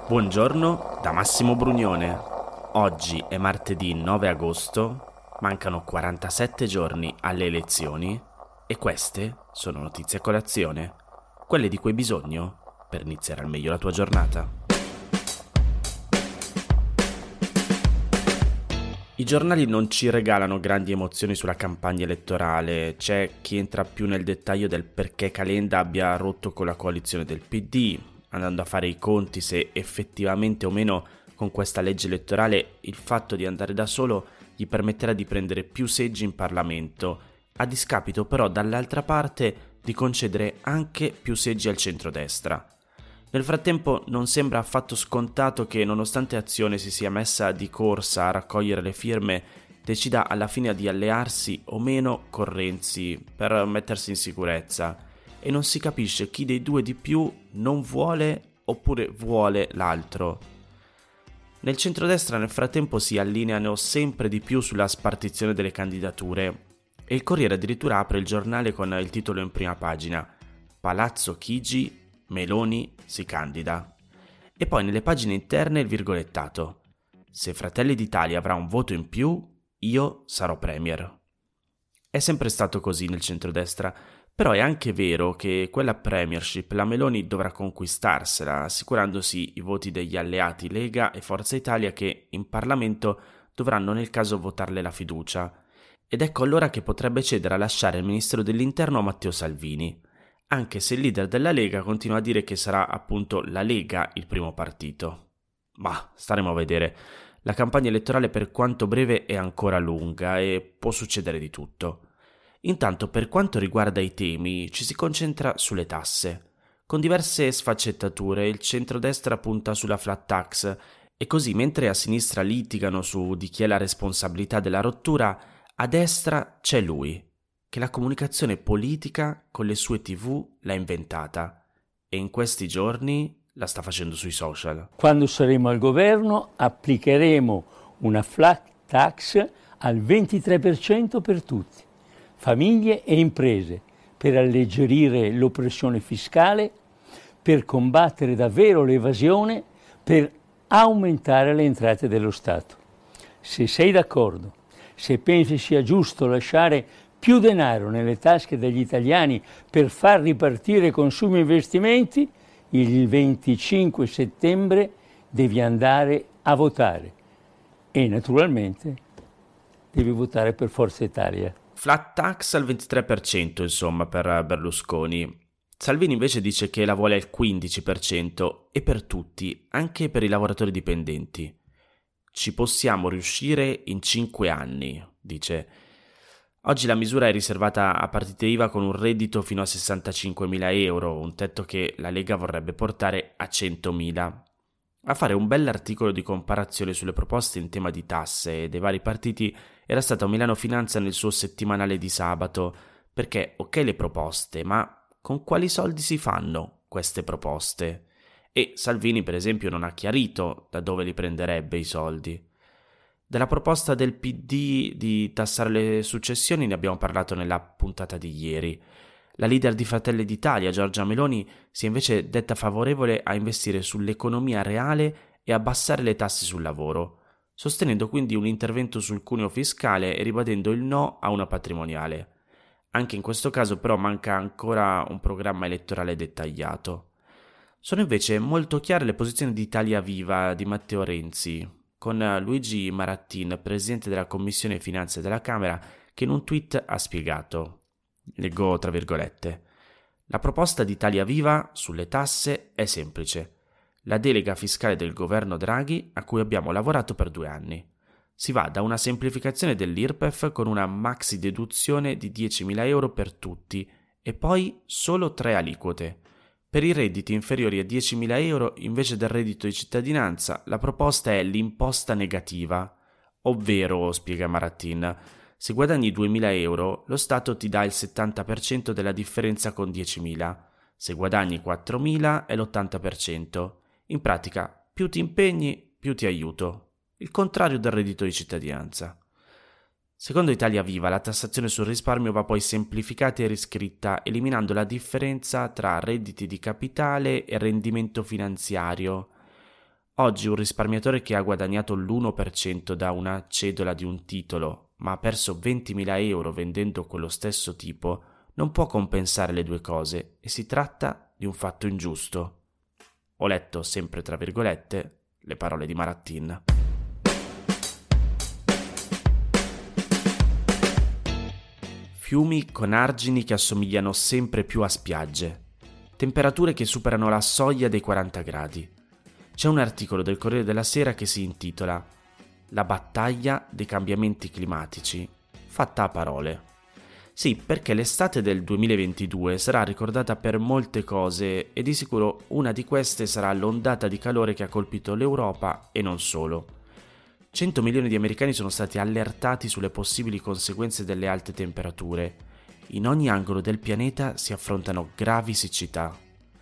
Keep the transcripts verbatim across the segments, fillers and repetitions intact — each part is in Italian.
Buongiorno da Massimo Brugnone. Oggi è martedì nove agosto, mancano quarantasette giorni alle elezioni e queste sono notizie a colazione, quelle di cui hai bisogno per iniziare al meglio la tua giornata. I giornali non ci regalano grandi emozioni sulla campagna elettorale, c'è chi entra più nel dettaglio del perché Calenda abbia rotto con la coalizione del P D, andando a fare i conti se effettivamente o meno con questa legge elettorale il fatto di andare da solo gli permetterà di prendere più seggi in Parlamento, a discapito però dall'altra parte di concedere anche più seggi al centrodestra. Nel frattempo non sembra affatto scontato che, nonostante Azione si sia messa di corsa a raccogliere le firme, decida alla fine di allearsi o meno con Renzi per mettersi in sicurezza, e non si capisce chi dei due di più non vuole oppure vuole l'altro. Nel centrodestra nel frattempo si allineano sempre di più sulla spartizione delle candidature e il Corriere addirittura apre il giornale con il titolo in prima pagina: Palazzo Chigi, Meloni si candida. E poi nelle pagine interne il virgolettato: se Fratelli d'Italia avrà un voto in più, io sarò premier. È sempre stato così nel centrodestra, però è anche vero che quella premiership la Meloni dovrà conquistarsela, assicurandosi i voti degli alleati Lega e Forza Italia che in Parlamento dovranno nel caso votarle la fiducia. Ed ecco allora che potrebbe cedere a lasciare il Ministero dell'Interno a Matteo Salvini, anche se il leader della Lega continua a dire che sarà appunto la Lega il primo partito. Ma staremo a vedere. La campagna elettorale, per quanto breve, è ancora lunga e può succedere di tutto. Intanto, per quanto riguarda i temi, ci si concentra sulle tasse. Con diverse sfaccettature, il centrodestra punta sulla flat tax e così, mentre a sinistra litigano su di chi è la responsabilità della rottura, a destra c'è lui, che la comunicazione politica con le sue tivù l'ha inventata e in questi giorni la sta facendo sui social. Quando saremo al governo applicheremo una flat tax al ventitré per cento per tutti, famiglie e imprese, per alleggerire l'oppressione fiscale, per combattere davvero l'evasione, per aumentare le entrate dello Stato. Se sei d'accordo, se pensi sia giusto lasciare più denaro nelle tasche degli italiani per far ripartire consumi e investimenti, il venticinque settembre devi andare a votare e naturalmente devi votare per Forza Italia. Flat tax al ventitré per cento insomma per Berlusconi. Salvini invece dice che la vuole al quindici per cento e per tutti, anche per i lavoratori dipendenti. Ci possiamo riuscire in cinque anni, dice. Oggi la misura è riservata a partite I V A con un reddito fino a sessantacinquemila euro, un tetto che la Lega vorrebbe portare a centomila. A fare un bell'articolo di comparazione sulle proposte in tema di tasse dei vari partiti era stato Milano Finanza nel suo settimanale di sabato, perché ok le proposte, ma con quali soldi si fanno queste proposte? E Salvini per esempio non ha chiarito da dove li prenderebbe i soldi. Della proposta del P D di tassare le successioni ne abbiamo parlato nella puntata di ieri. La leader di Fratelli d'Italia, Giorgia Meloni, si è invece detta favorevole a investire sull'economia reale e abbassare le tasse sul lavoro, sostenendo quindi un intervento sul cuneo fiscale e ribadendo il no a una patrimoniale. Anche in questo caso però manca ancora un programma elettorale dettagliato. Sono invece molto chiare le posizioni di Italia Viva di Matteo Renzi, con Luigi Marattin, presidente della Commissione Finanze della Camera, che in un tweet ha spiegato, leggo tra virgolette: la proposta di Italia Viva sulle tasse è semplice. La delega fiscale del governo Draghi a cui abbiamo lavorato per due anni. Si va da una semplificazione dell'I R P E F con una maxi deduzione di diecimila euro per tutti e poi solo tre aliquote. Per i redditi inferiori a diecimila euro, invece del reddito di cittadinanza, la proposta è l'imposta negativa, ovvero, spiega Marattin, se guadagni duemila euro, lo Stato ti dà il settanta per cento della differenza con diecimila, se guadagni quattromila è l'ottanta per cento. In pratica, più ti impegni, più ti aiuto. Il contrario del reddito di cittadinanza. Secondo Italia Viva, la tassazione sul risparmio va poi semplificata e riscritta, eliminando la differenza tra redditi di capitale e rendimento finanziario. Oggi un risparmiatore che ha guadagnato l'uno per cento da una cedola di un titolo, ma ha perso ventimila euro vendendo quello stesso tipo, non può compensare le due cose e si tratta di un fatto ingiusto. Ho letto, sempre tra virgolette, le parole di Marattin. Fiumi con argini che assomigliano sempre più a spiagge. Temperature che superano la soglia dei quaranta gradi. C'è un articolo del Corriere della Sera che si intitola La battaglia dei cambiamenti climatici, fatta a parole. Sì, perché l'estate del duemilaventidue sarà ricordata per molte cose e di sicuro una di queste sarà l'ondata di calore che ha colpito l'Europa e non solo. cento milioni di americani sono stati allertati sulle possibili conseguenze delle alte temperature. In ogni angolo del pianeta si affrontano gravi siccità.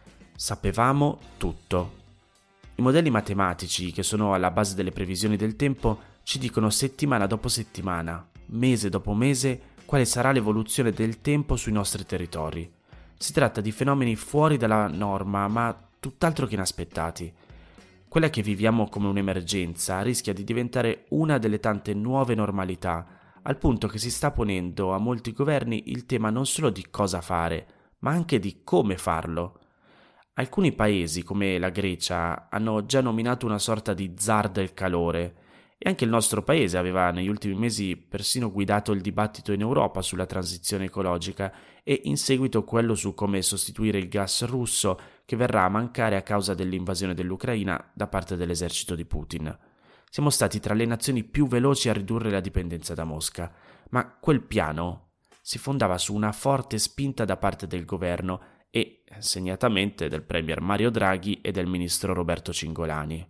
Sapevamo tutto. I modelli matematici che sono alla base delle previsioni del tempo ci dicono settimana dopo settimana, mese dopo mese, quale sarà l'evoluzione del tempo sui nostri territori. Si tratta di fenomeni fuori dalla norma, ma tutt'altro che inaspettati. Quella che viviamo come un'emergenza rischia di diventare una delle tante nuove normalità, al punto che si sta ponendo a molti governi il tema non solo di cosa fare, ma anche di come farlo. Alcuni paesi, come la Grecia, hanno già nominato una sorta di zar del calore, e anche il nostro paese aveva negli ultimi mesi persino guidato il dibattito in Europa sulla transizione ecologica e in seguito quello su come sostituire il gas russo che verrà a mancare a causa dell'invasione dell'Ucraina da parte dell'esercito di Putin. Siamo stati tra le nazioni più veloci a ridurre la dipendenza da Mosca, ma quel piano si fondava su una forte spinta da parte del governo e, segnatamente, del premier Mario Draghi e del ministro Roberto Cingolani.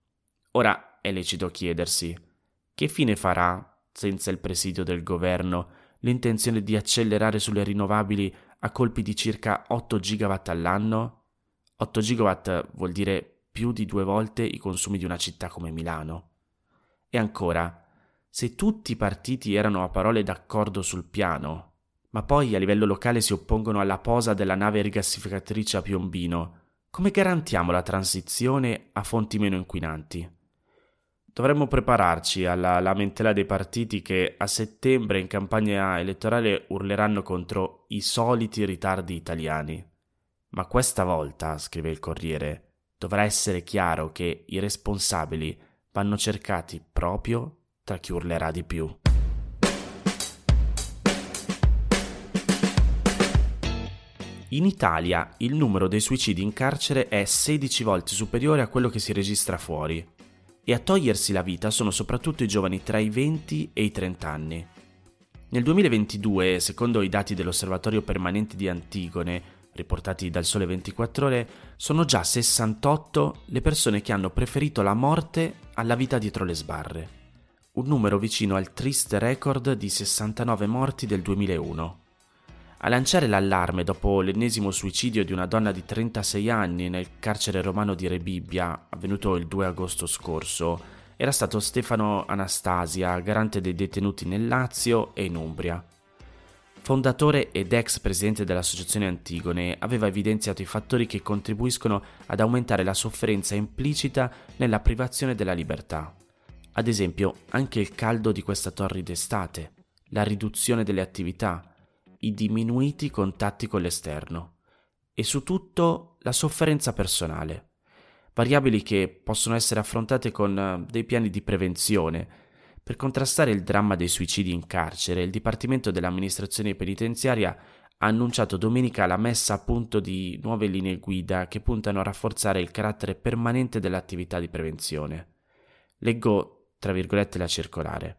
Ora è lecito chiedersi: che fine farà, senza il presidio del governo, l'intenzione di accelerare sulle rinnovabili a colpi di circa otto gigawatt all'anno? otto gigawatt vuol dire più di due volte i consumi di una città come Milano. E ancora, se tutti i partiti erano a parole d'accordo sul piano, ma poi a livello locale si oppongono alla posa della nave rigassificatrice a Piombino, come garantiamo la transizione a fonti meno inquinanti? Dovremmo prepararci alla lamentela dei partiti che a settembre in campagna elettorale urleranno contro i soliti ritardi italiani. Ma questa volta, scrive il Corriere, dovrà essere chiaro che i responsabili vanno cercati proprio tra chi urlerà di più. In Italia il numero dei suicidi in carcere è sedici volte superiore a quello che si registra fuori. E a togliersi la vita sono soprattutto i giovani tra i venti e i trenta anni. Nel duemilaventidue, secondo i dati dell'Osservatorio Permanente di Antigone, riportati dal Sole ventiquattro Ore, sono già sessantotto le persone che hanno preferito la morte alla vita dietro le sbarre, un numero vicino al triste record di sessantanove morti del duemilauno. A lanciare l'allarme dopo l'ennesimo suicidio di una donna di trentasei anni nel carcere romano di Rebibbia, avvenuto il due agosto scorso, era stato Stefano Anastasia, garante dei detenuti nel Lazio e in Umbria. Fondatore ed ex presidente dell'Associazione Antigone, aveva evidenziato i fattori che contribuiscono ad aumentare la sofferenza implicita nella privazione della libertà. Ad esempio, anche il caldo di questa torrida estate, la riduzione delle attività, i diminuiti contatti con l'esterno e su tutto la sofferenza personale, variabili che possono essere affrontate con dei piani di prevenzione. Per contrastare il dramma dei suicidi in carcere, il Dipartimento dell'Amministrazione Penitenziaria ha annunciato domenica la messa a punto di nuove linee guida che puntano a rafforzare il carattere permanente dell'attività di prevenzione. Leggo, tra virgolette, la circolare.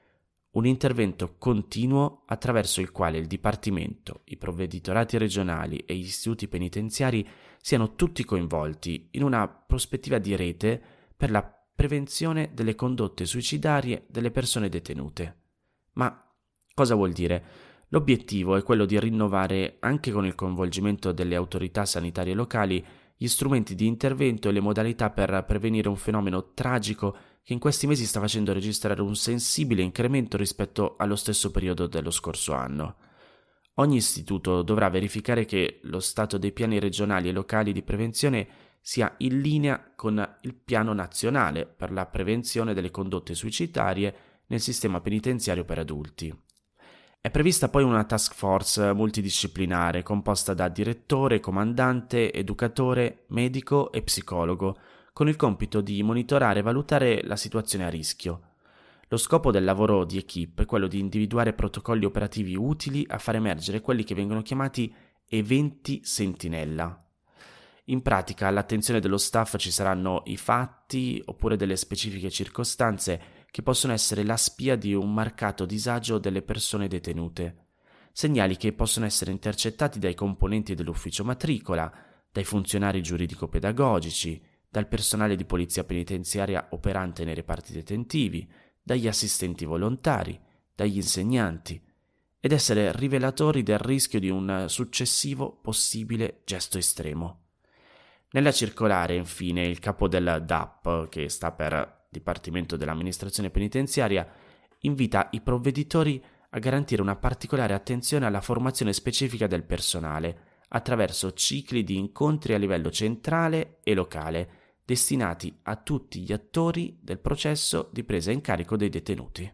Un intervento continuo attraverso il quale il Dipartimento, i provveditorati regionali e gli istituti penitenziari siano tutti coinvolti in una prospettiva di rete per la prevenzione delle condotte suicidarie delle persone detenute. Ma cosa vuol dire? L'obiettivo è quello di rinnovare, anche con il coinvolgimento delle autorità sanitarie locali, gli strumenti di intervento e le modalità per prevenire un fenomeno tragico che in questi mesi sta facendo registrare un sensibile incremento rispetto allo stesso periodo dello scorso anno. Ogni istituto dovrà verificare che lo stato dei piani regionali e locali di prevenzione sia in linea con il piano nazionale per la prevenzione delle condotte suicidarie nel sistema penitenziario per adulti. È prevista poi una task force multidisciplinare composta da direttore, comandante, educatore, medico e psicologo, con il compito di monitorare e valutare la situazione a rischio. Lo scopo del lavoro di equipe è quello di individuare protocolli operativi utili a far emergere quelli che vengono chiamati eventi sentinella. In pratica, all'attenzione dello staff ci saranno i fatti oppure delle specifiche circostanze che possono essere la spia di un marcato disagio delle persone detenute, segnali che possono essere intercettati dai componenti dell'ufficio matricola, dai funzionari giuridico-pedagogici, dal personale di polizia penitenziaria operante nei reparti detentivi, dagli assistenti volontari, dagli insegnanti, ed essere rivelatori del rischio di un successivo possibile gesto estremo. Nella circolare, infine, il capo del D A P, che sta per Dipartimento dell'Amministrazione Penitenziaria, invita i provveditori a garantire una particolare attenzione alla formazione specifica del personale, attraverso cicli di incontri a livello centrale e locale, destinati a tutti gli attori del processo di presa in carico dei detenuti.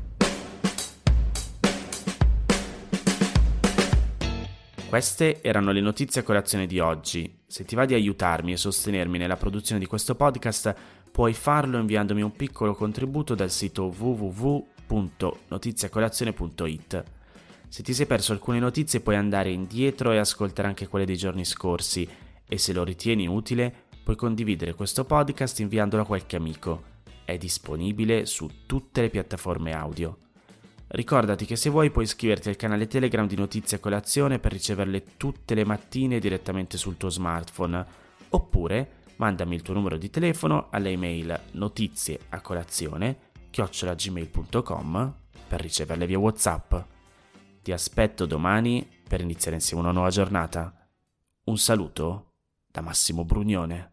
Queste erano le notizie a colazione di oggi. Se ti va di aiutarmi e sostenermi nella produzione di questo podcast, puoi farlo inviandomi un piccolo contributo dal sito w w w punto notiziacolazione punto i t. Se ti sei perso alcune notizie puoi andare indietro e ascoltare anche quelle dei giorni scorsi, e se lo ritieni utile puoi condividere questo podcast inviandolo a qualche amico. È disponibile su tutte le piattaforme audio. Ricordati che se vuoi puoi iscriverti al canale Telegram di Notizie a Colazione per riceverle tutte le mattine direttamente sul tuo smartphone, oppure mandami il tuo numero di telefono all'email notizieacolazione chiocciola gmail punto com per riceverle via WhatsApp. Ti aspetto domani per iniziare insieme una nuova giornata. Un saluto da Massimo Brugnone.